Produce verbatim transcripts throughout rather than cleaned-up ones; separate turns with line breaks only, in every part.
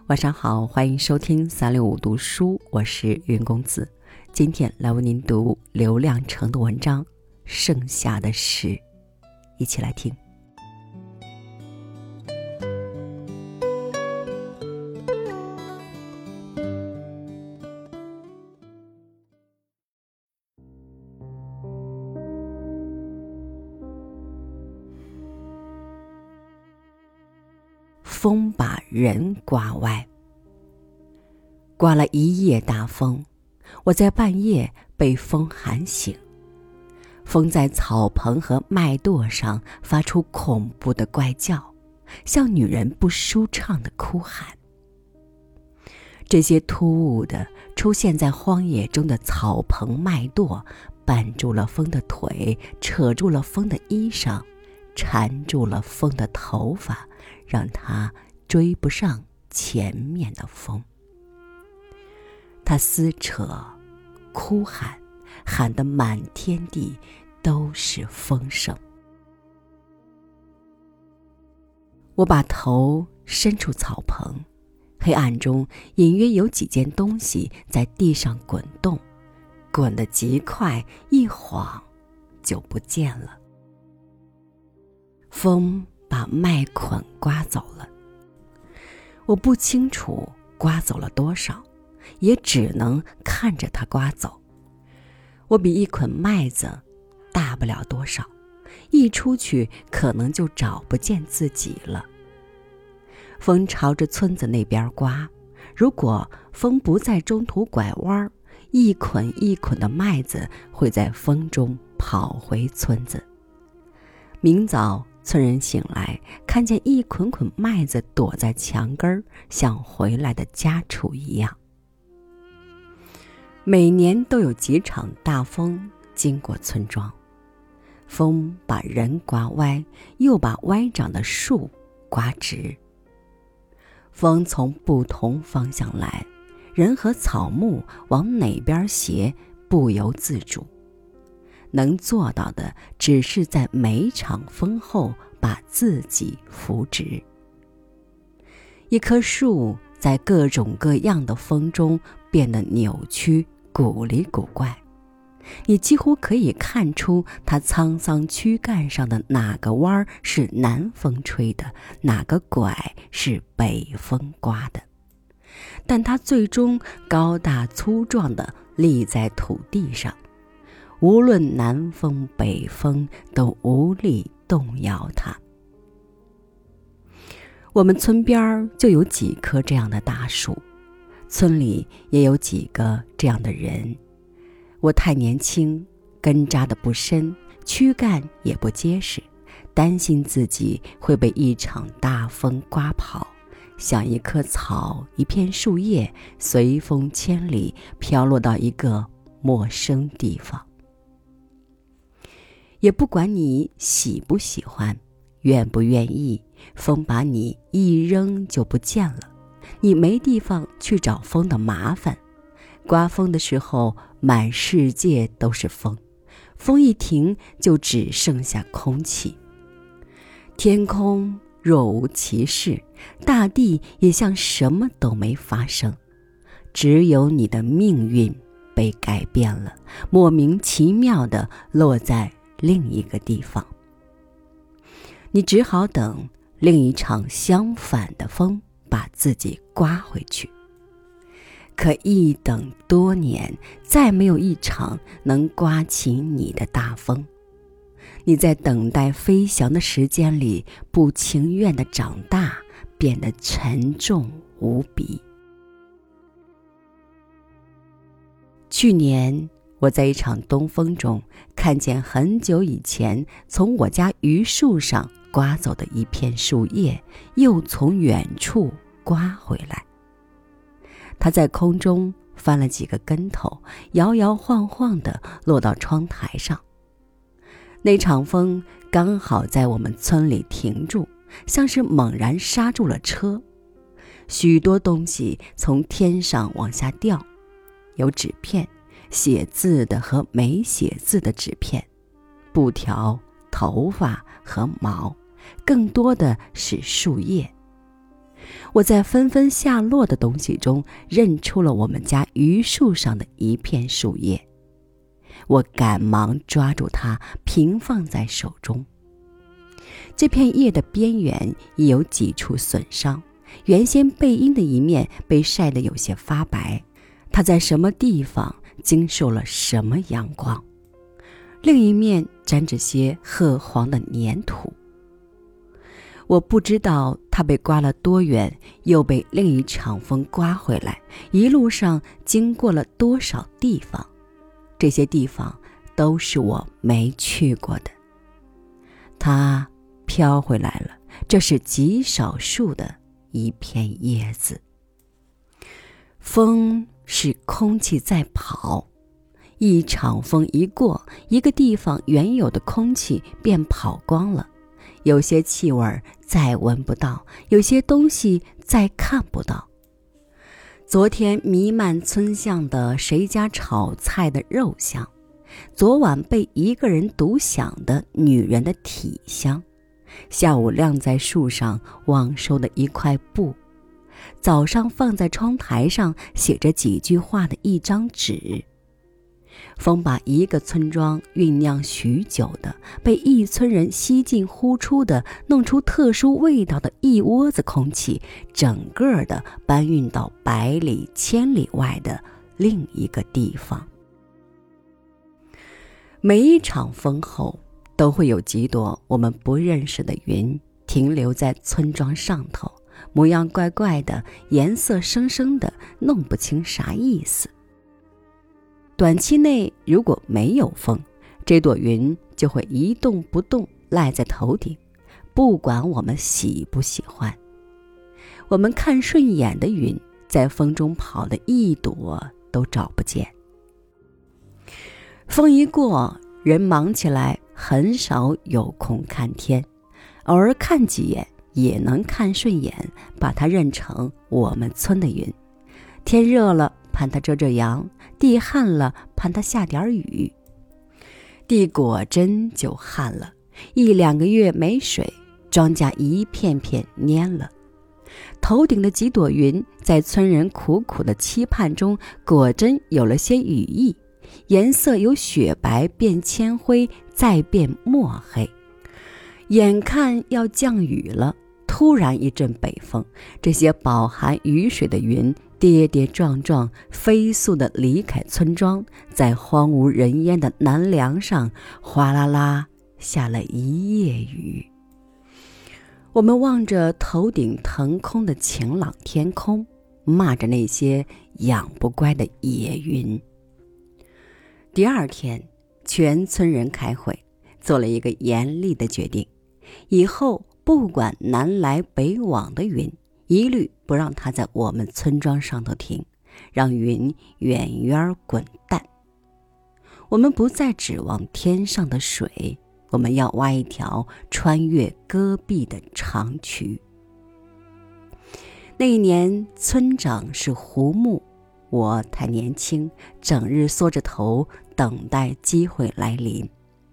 晚上好，欢迎收听三六五读书，我是云公子。今天来为您读刘亮程的文章《剩下的事》，一起来听。风把人刮歪，刮了一夜大风，我在半夜被风喊醒。风在草棚和麦垛上发出恐怖的怪叫，像女人不舒畅的哭喊。这些突兀的出现在荒野中的草棚麦垛，绊住了风的腿，扯住了风的衣裳，缠住了风的头发，让他追不上前面的风。他撕扯、哭喊，喊得满天地都是风声。我把头伸出草棚，黑暗中隐约有几件东西在地上滚动，滚得极快，一晃就不见了。风把麦捆刮走了，我不清楚刮走了多少，也只能看着它刮走。我比一捆麦子大不了多少，一出去可能就找不见自己了。风朝着村子那边刮，如果风不在中途拐弯，一捆一捆的麦子会在风中跑回村子。明早村人醒来，看见一捆捆麦子躲在墙根，像回来的家畜一样。每年都有几场大风经过村庄，风把人刮歪，又把歪长的树刮直。风从不同方向来，人和草木往哪边斜不由自主。能做到的只是在每场风后把自己扶直。一棵树在各种各样的风中变得扭曲，古里古怪，你几乎可以看出它沧桑躯干上的哪个弯是南风吹的，哪个拐是北风刮的，但它最终高大粗壮地立在土地上，无论南风北风都无力动摇它。我们村边就有几棵这样的大树，村里也有几个这样的人。我太年轻，根扎得不深，躯干也不结实，担心自己会被一场大风刮跑，像一棵草，一片树叶，随风千里飘落到一个陌生地方。也不管你喜不喜欢，愿不愿意，风把你一扔就不见了，你没地方去找风的麻烦。刮风的时候，满世界都是风，风一停就只剩下空气。天空若无其事，大地也像什么都没发生，只有你的命运被改变了，莫名其妙地落在另一个地方。你只好等另一场相反的风把自己刮回去。可一等多年，再没有一场能刮起你的大风。你在等待飞翔的时间里，不情愿地长大，变得沉重无比。去年我在一场东风中看见很久以前从我家榆树上刮走的一片树叶，又从远处刮回来。它在空中翻了几个跟头，摇摇晃晃地落到窗台上。那场风刚好在我们村里停住，像是猛然刹住了车。许多东西从天上往下掉，有纸片，写字的和没写字的纸片，布条、头发和毛，更多的是树叶。 我在纷纷下落的东西中认出了我们家榆树上的一片树叶，我赶忙抓住它，平放在手中。这片叶的边缘已有几处损伤，原先背阴的一面被晒得有些发白，它在什么地方经受了什么阳光，另一面沾着些褐黄的粘土。我不知道它被刮了多远，又被另一场风刮回来，一路上经过了多少地方，这些地方都是我没去过的。它飘回来了，这是极少数的一片叶子。风是空气在跑，一场风一过，一个地方原有的空气便跑光了，有些气味再闻不到，有些东西再看不到。昨天弥漫村巷的谁家炒菜的肉香，昨晚被一个人独享的女人的体香，下午晾在树上忘收的一块布，早上放在窗台上写着几句话的一张纸。风把一个村庄酝酿许久的，被一村人吸进呼出的，弄出特殊味道的一窝子空气，整个的搬运到百里千里外的另一个地方。每一场风后，都会有几朵我们不认识的云停留在村庄上头，模样怪怪的，颜色生生的，弄不清啥意思。短期内如果没有风，这朵云就会一动不动赖在头顶，不管我们喜不喜欢。我们看顺眼的云，在风中跑的一朵都找不见。风一过，人忙起来，很少有空看天，偶尔看几眼也能看顺眼，把它认成我们村的云。天热了，盼它遮遮阳，地旱了，盼它下点雨。地果真就旱了，一两个月没水，庄稼一片片蔫了。头顶的几朵云，在村人苦苦的期盼中，果真有了些羽翼，颜色由雪白变铅灰，再变墨黑。眼看要降雨了，突然一阵北风，这些饱含雨水的云跌跌撞撞飞速地离开村庄，在荒无人烟的南梁上哗啦啦下了一夜雨。我们望着头顶腾空的晴朗天空，骂着那些养不乖的野云。第二天，全村人开会，做了一个严厉的决定，以后不管南来北往的云，一律不让它在我们村庄上头停，让云远远滚淡。我们不再指望天上的水，我们要挖一条穿越戈壁的长渠。那一年村长是胡木，我太年轻，整日缩着头等待机会来临。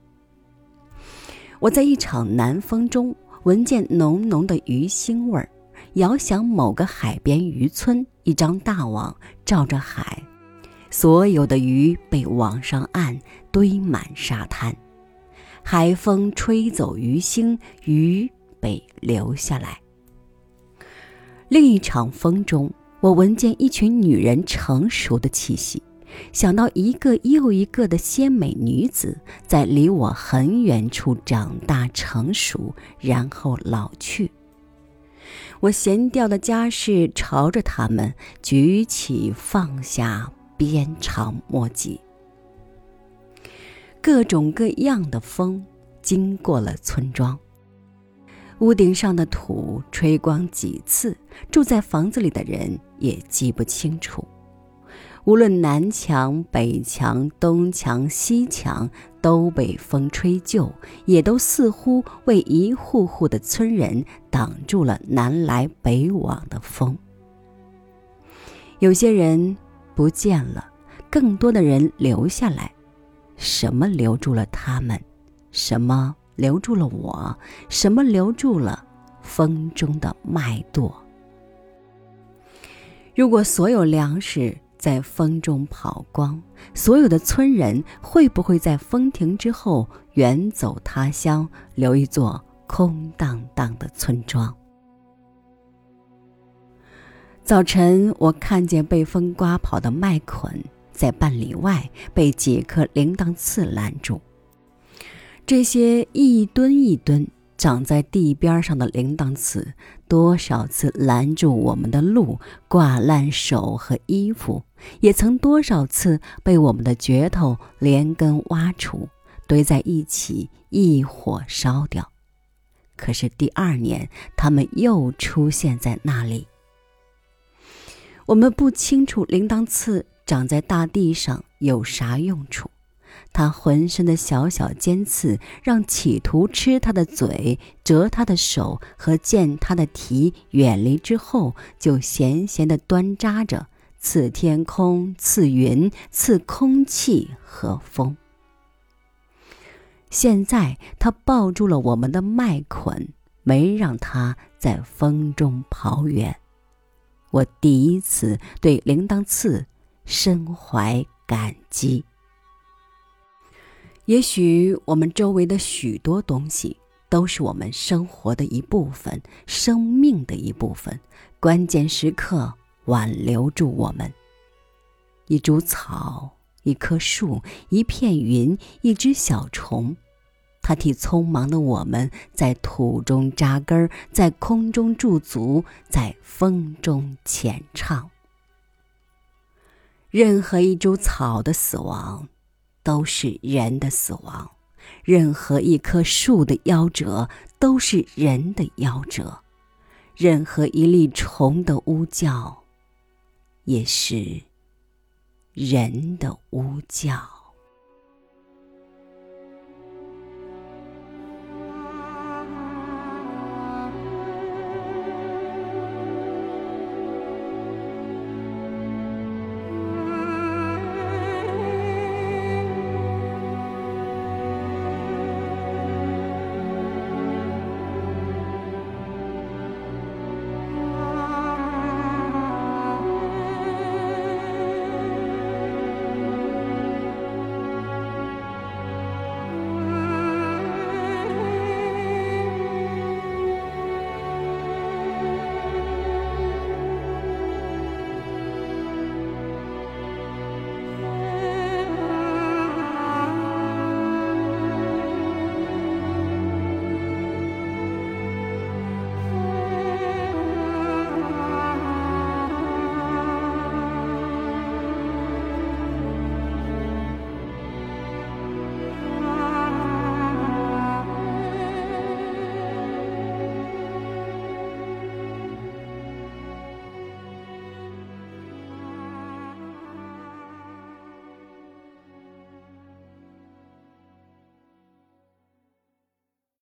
我在一场南风中闻见浓浓的鱼腥味儿，遥想某个海边渔村，一张大网罩着海，所有的鱼被网上岸，堆满沙滩。海风吹走鱼腥，鱼被留下来。另一场风中，我闻见一群女人成熟的气息，想到一个又一个的鲜美女子在离我很远处长大成熟，然后老去。我闲掉的家事朝着他们举起放下，鞭长莫及。各种各样的风经过了村庄，屋顶上的土吹光几次，住在房子里的人也记不清楚。无论南墙北墙东墙西墙，都被风吹旧，也都似乎为一户户的村人挡住了南来北往的风。有些人不见了，更多的人留下来。什么留住了他们？什么留住了我？什么留住了风中的脉动？ 如果所有粮食在风中跑光，所有的村人会不会在风停之后远走他乡，留一座空荡荡的村庄？早晨，我看见被风刮跑的麦捆在半里外被几颗铃铛刺拦住。这些一吨一吨长在地边上的铃铛刺，多少次拦住我们的路，挂烂手和衣服，也曾多少次被我们的镢头连根挖除，堆在一起，一火烧掉。可是第二年，它们又出现在那里。我们不清楚铃铛刺长在大地上有啥用处，它浑身的小小尖刺让企图吃它的嘴、折它的手和见它的蹄远离之后，就闲闲地端扎着，刺天空、刺云、刺空气和风。现在它抱住了我们的麦捆，没让它在风中跑远。我第一次对铃铛刺深怀感激。也许我们周围的许多东西都是我们生活的一部分，生命的一部分，关键时刻挽留住我们。一株草，一棵树，一片云，一只小虫，它替匆忙的我们在土中扎根，在空中驻足，在风中浅唱。任何一株草的死亡都是人的死亡，任何一棵树的夭折都是人的夭折，任何一粒虫的呜叫也是人的呜叫。